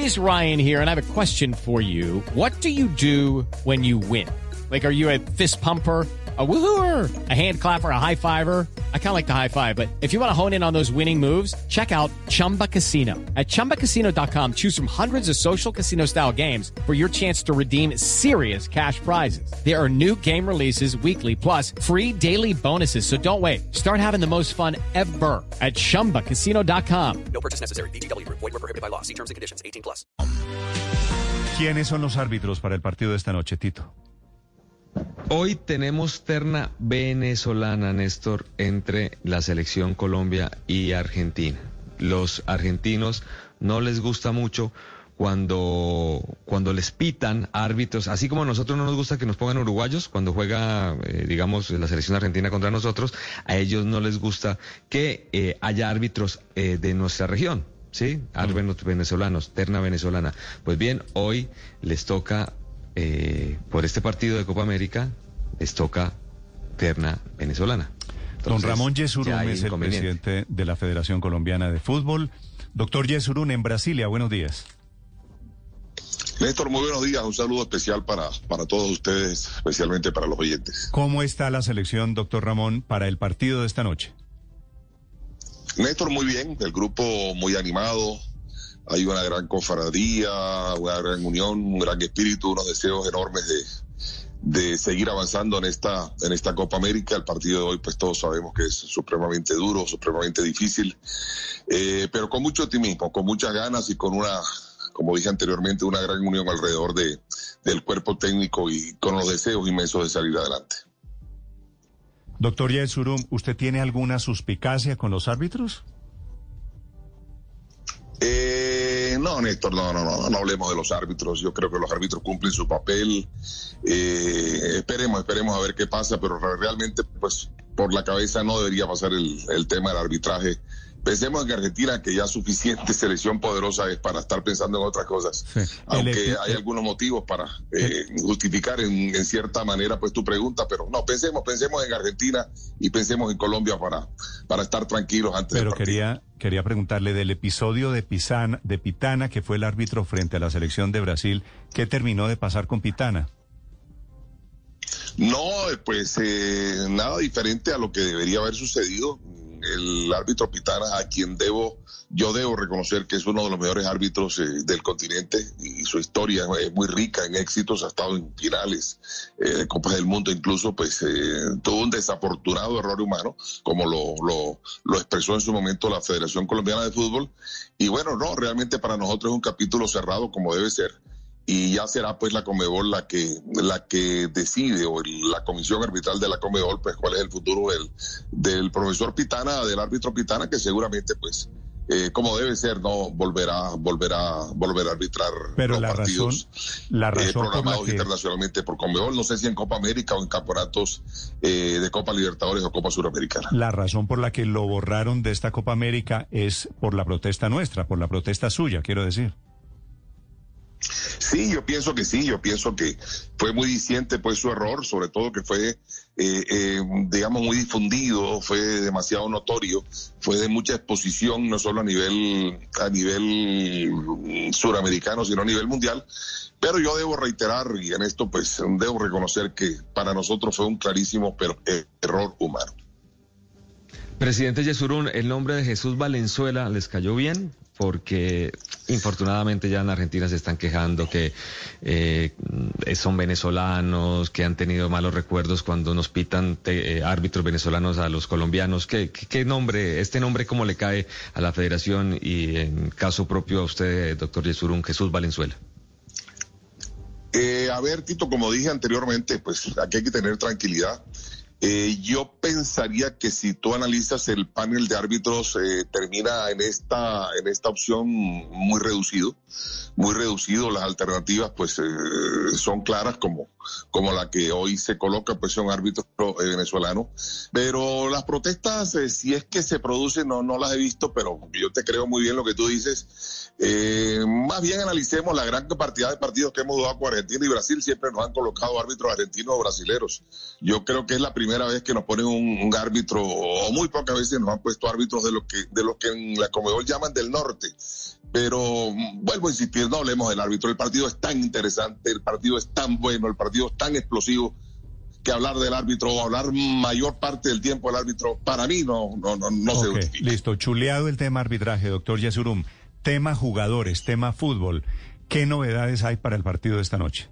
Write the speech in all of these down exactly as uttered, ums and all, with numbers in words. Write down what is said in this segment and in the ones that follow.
It is Ryan here, and I have a question for you. What do you do when you win? Like, are you a fist pumper, a woohooer, a hand clapper, a high fiver? I kind of like the high five, but if you want to hone in on those winning moves, check out Chumba Casino. At chumba casino dot com, choose from hundreds of social casino style games for your chance to redeem serious cash prizes. There are new game releases weekly, plus free daily bonuses. So don't wait. Start having the most fun ever at chumba casino dot com. No purchase necessary. V G W Group. Void where prohibited by law. See terms and conditions. eighteen plus. ¿Quiénes son los árbitros para el partido de esta noche, Tito? Hoy tenemos terna venezolana, Néstor, entre la selección Colombia y Argentina. Los argentinos no les gusta mucho cuando, cuando les pitan árbitros, así como a nosotros no nos gusta que nos pongan uruguayos cuando juega, eh, digamos, la selección argentina contra nosotros, a ellos no les gusta que eh, haya árbitros eh, de nuestra región, ¿sí? Árbitros venezolanos, terna venezolana. Pues bien, hoy les toca... Eh, por este partido de Copa América les toca terna venezolana. Entonces, don Ramón Yesurún es el presidente de la Federación Colombiana de Fútbol. Doctor Yesurún, en Brasilia, buenos días. Néstor, muy buenos días. Un saludo especial para, para todos ustedes, especialmente para los oyentes. ¿Cómo está la selección, doctor Ramón, para el partido de esta noche? Néstor, muy bien. El grupo muy animado. Hay una gran cofradía, una gran unión, un gran espíritu, unos deseos enormes de, de seguir avanzando en esta, en esta Copa América. El partido de hoy, pues todos sabemos que es supremamente duro, supremamente difícil, eh, pero con mucho optimismo, con muchas ganas y con una, como dije anteriormente, una gran unión alrededor de, del cuerpo técnico y con los deseos inmensos de salir adelante. Doctor Yesurún, ¿usted tiene alguna suspicacia con los árbitros? Eh, no, Néstor, no, no, no, no hablemos de los árbitros. Yo creo que los árbitros cumplen su papel. Eh, esperemos, esperemos a ver qué pasa, pero realmente, pues, por la cabeza no debería pasar el, el tema del arbitraje. Pensemos en que Argentina, que ya suficiente selección poderosa es para estar pensando en otras cosas. Sí. Aunque el, hay algunos motivos para eh, justificar en, en cierta manera pues tu pregunta, pero no, pensemos, pensemos en Argentina y pensemos en Colombia para, para estar tranquilos antes pero del partido. quería, quería preguntarle del episodio de, Pisana, de Pitana, que fue el árbitro frente a la selección de Brasil. ¿Qué terminó de pasar con Pitana? No, pues eh, nada diferente a lo que debería haber sucedido. El árbitro Pitana, a quien debo, yo debo reconocer que es uno de los mejores árbitros eh, del continente y su historia es muy rica en éxitos, ha estado en finales eh, de Copas del Mundo, incluso pues eh, tuvo un desafortunado error humano, como lo, lo, lo expresó en su momento la Federación Colombiana de Fútbol. Y bueno, no, realmente para nosotros es un capítulo cerrado como debe ser. Y ya será pues la Conmebol la que la que decide, o el, la comisión arbitral de la Conmebol, pues cuál es el futuro del, del profesor Pitana, del árbitro Pitana, que seguramente pues eh, como debe ser, no volverá volverá volver a arbitrar pero los la partidos razón, la razón eh, programados por la que... internacionalmente por Conmebol, no sé si en Copa América o en campeonatos eh, de Copa Libertadores o Copa Suramericana. La razón por la que lo borraron de esta Copa América es por la protesta nuestra, por la protesta suya, quiero decir. Sí, yo pienso que sí, yo pienso que fue muy diciente pues su error, sobre todo que fue, eh, eh, digamos, muy difundido, fue demasiado notorio, fue de mucha exposición, no solo a nivel, a nivel suramericano, sino a nivel mundial. Pero yo debo reiterar, y en esto pues debo reconocer que para nosotros fue un clarísimo pero, eh, error humano. Presidente Yesurún, ¿el nombre de Jesús Valenzuela les cayó bien? Porque infortunadamente ya en Argentina se están quejando que eh, son venezolanos, que han tenido malos recuerdos cuando nos pitan te, eh, árbitros venezolanos a los colombianos. ¿Qué, qué, qué nombre, este nombre cómo le cae a la federación y en caso propio a usted, doctor Yesurún, Jesús Valenzuela? Eh, a ver, Tito, como dije anteriormente, pues aquí hay que tener tranquilidad. Eh, yo pensaría que si tú analizas el panel de árbitros, eh, termina en esta en esta opción muy reducido, muy reducido. Las alternativas pues eh, son claras, como, como la que hoy se coloca, pues son árbitros eh, venezolanos. Pero las protestas, eh, si es que se producen, no, no las he visto, pero yo te creo muy bien lo que tú dices. Eh, más bien analicemos la gran cantidad de partidos que hemos jugado con Argentina y Brasil. Siempre nos han colocado árbitros argentinos o brasileros. Yo creo que es la primera vez que nos ponen un, un árbitro, o muy pocas veces nos han puesto árbitros de los que de los que en la Conmebol llaman del norte. Pero vuelvo a insistir, no hablemos del árbitro. El partido es tan interesante, el partido es tan bueno, el partido es tan explosivo, que hablar del árbitro o hablar mayor parte del tiempo del árbitro, para mí no, no, no, no okay, se justifica. Listo, chuleado el tema arbitraje, doctor Yesurum. Tema jugadores, tema fútbol. ¿Qué novedades hay para el partido de esta noche?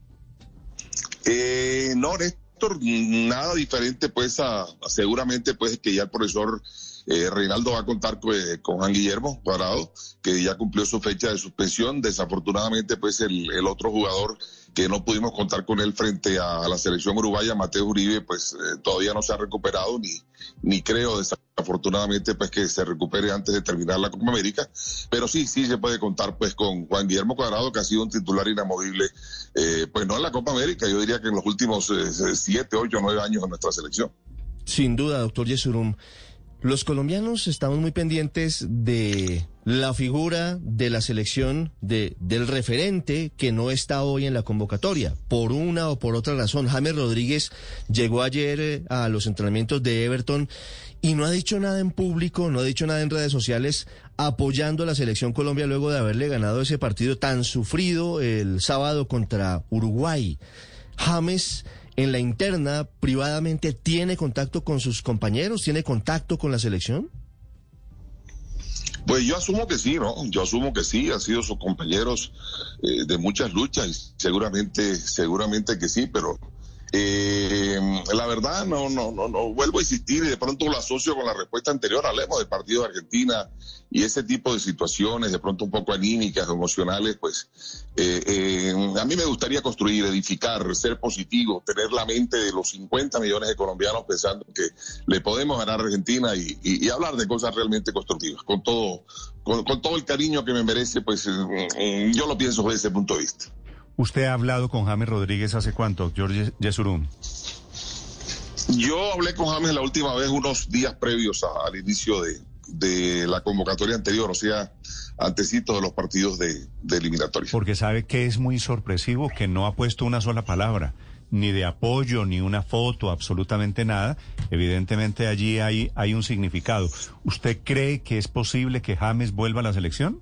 Eh, no, Néstor, nada diferente, pues, a, a seguramente, pues, que ya el profesor eh, Reinaldo va a contar pues, con Juan Guillermo Cuadrado, que ya cumplió su fecha de suspensión. Desafortunadamente, pues, el, el otro jugador que no pudimos contar con él frente a, a la selección uruguaya, Mateo Uribe, pues, eh, todavía no se ha recuperado, ni, ni creo, desafortunadamente, pues, que se recupere antes de terminar la Copa América. Pero sí, sí se puede contar, pues, con Juan Guillermo Cuadrado, que ha sido un titular inamovible, eh, pues, no en la Copa América, yo diría que en los últimos eh, siete, ocho, nueve años de nuestra selección. Sin duda, doctor Yesurum. Los colombianos estamos muy pendientes de la figura de la selección, de, del referente que no está hoy en la convocatoria. Por una o por otra razón, James Rodríguez llegó ayer a los entrenamientos de Everton y no ha dicho nada en público, no ha dicho nada en redes sociales apoyando a la selección Colombia luego de haberle ganado ese partido tan sufrido el sábado contra Uruguay. James, en la interna, privadamente, ¿tiene contacto con sus compañeros? ¿Tiene contacto con la selección? Pues yo asumo que sí, ¿no? Yo asumo que sí, han sido sus compañeros eh, de muchas luchas, y seguramente, seguramente que sí, pero eh, la verdad no, no, no, no, vuelvo a insistir y de pronto lo asocio con la respuesta anterior. Hablemos del partido de Argentina y ese tipo de situaciones, de pronto un poco anímicas, emocionales, pues eh, eh, a mí me gustaría construir, edificar, ser positivo, tener la mente de los cincuenta millones de colombianos pensando que le podemos ganar a Argentina y, y, y hablar de cosas realmente constructivas, con todo, con, con todo el cariño que me merece, pues eh, yo lo pienso desde ese punto de vista. ¿Usted ha hablado con James Rodríguez hace cuánto, doctor Yesurum? Yo hablé con James la última vez unos días previos a, al inicio de, de la convocatoria anterior, o sea, antecitos de los partidos de, de eliminatoria. Porque sabe que es muy sorpresivo que no ha puesto una sola palabra, ni de apoyo, ni una foto, absolutamente nada. Evidentemente allí hay, hay un significado. ¿Usted cree que es posible que James vuelva a la selección?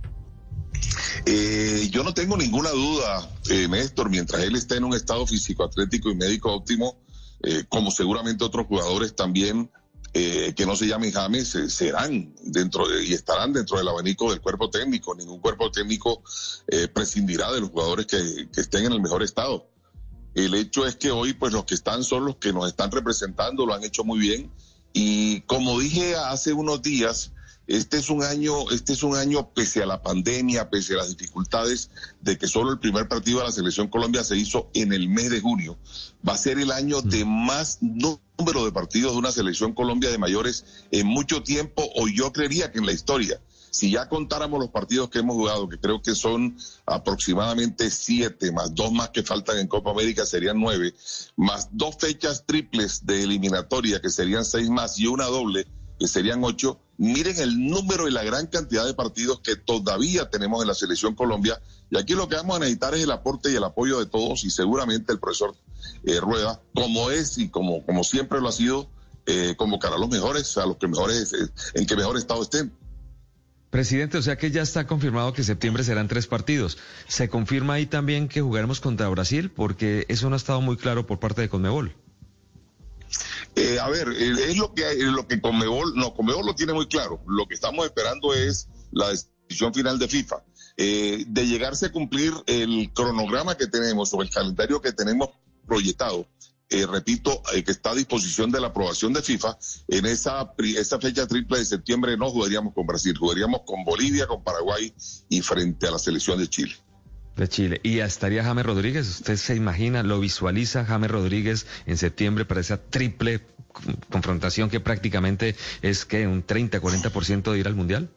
Eh, yo no tengo ninguna duda, eh, Néstor, mientras él esté en un estado físico, atlético y médico óptimo, eh, como seguramente otros jugadores también, eh, que no se llamen James, eh, serán dentro de, y estarán dentro del abanico del cuerpo técnico. Ningún cuerpo técnico eh, prescindirá de los jugadores que, que estén en el mejor estado. El hecho es que hoy, pues, los que están son los que nos están representando, lo han hecho muy bien, y como dije hace unos días, Este es un año, este es un año pese a la pandemia, pese a las dificultades de que solo el primer partido de la Selección Colombia se hizo en el mes de junio. Va a ser el año de más número de partidos de una Selección Colombia de mayores en mucho tiempo, o yo creería que en la historia. Si ya contáramos los partidos que hemos jugado, que creo que son aproximadamente siete, más dos más que faltan en Copa América, serían nueve, más dos fechas triples de eliminatoria, que serían seis más, y una doble, que serían ocho. Miren el número y la gran cantidad de partidos que todavía tenemos en la Selección Colombia, y aquí lo que vamos a necesitar es el aporte y el apoyo de todos, y seguramente el profesor eh, Rueda, como es y como, como siempre lo ha sido, eh, convocará a los mejores, a los que mejores, eh, en que mejor estado estén. Presidente, o sea que ya está confirmado que septiembre serán tres partidos. ¿Se confirma ahí también que jugaremos contra Brasil? Porque eso no ha estado muy claro por parte de Conmebol. Eh, a ver, es lo que lo que Conmebol, no, Conmebol lo tiene muy claro. Lo que estamos esperando es la decisión final de FIFA. Eh, de llegarse a cumplir el cronograma que tenemos o el calendario que tenemos proyectado, eh, repito, eh, que está a disposición de la aprobación de FIFA, en esa, esa fecha triple de septiembre no jugaríamos con Brasil, jugaríamos con Bolivia, con Paraguay y frente a la selección de Chile. De Chile. ¿Y estaría James Rodríguez? ¿Usted se imagina, lo visualiza James Rodríguez en septiembre para esa triple confrontación que prácticamente es que un treinta a cuarenta por ciento de ir al Mundial?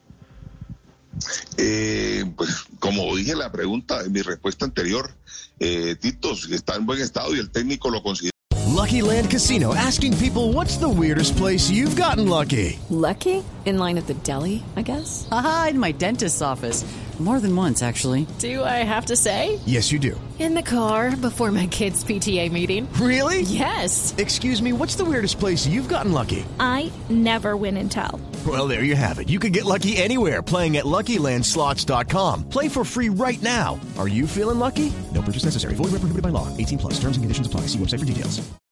Eh, pues como dije en la pregunta, en mi respuesta anterior, eh, Tito está en buen estado y el técnico lo considera. Lucky Land Casino, asking people, what's the weirdest place you've gotten lucky? Lucky? In line at the deli, I guess? Aha, in my dentist's office. More than once, actually. Do I have to say? Yes, you do. In the car before my kids' P T A meeting. Really? Yes. Excuse me, what's the weirdest place you've gotten lucky? I never win and tell. Well, there you have it. You can get lucky anywhere, playing at Lucky Land Slots dot com. Play for free right now. Are you feeling lucky? No purchase necessary. Void where prohibited by law. eighteen plus. Terms and conditions apply. See website for details.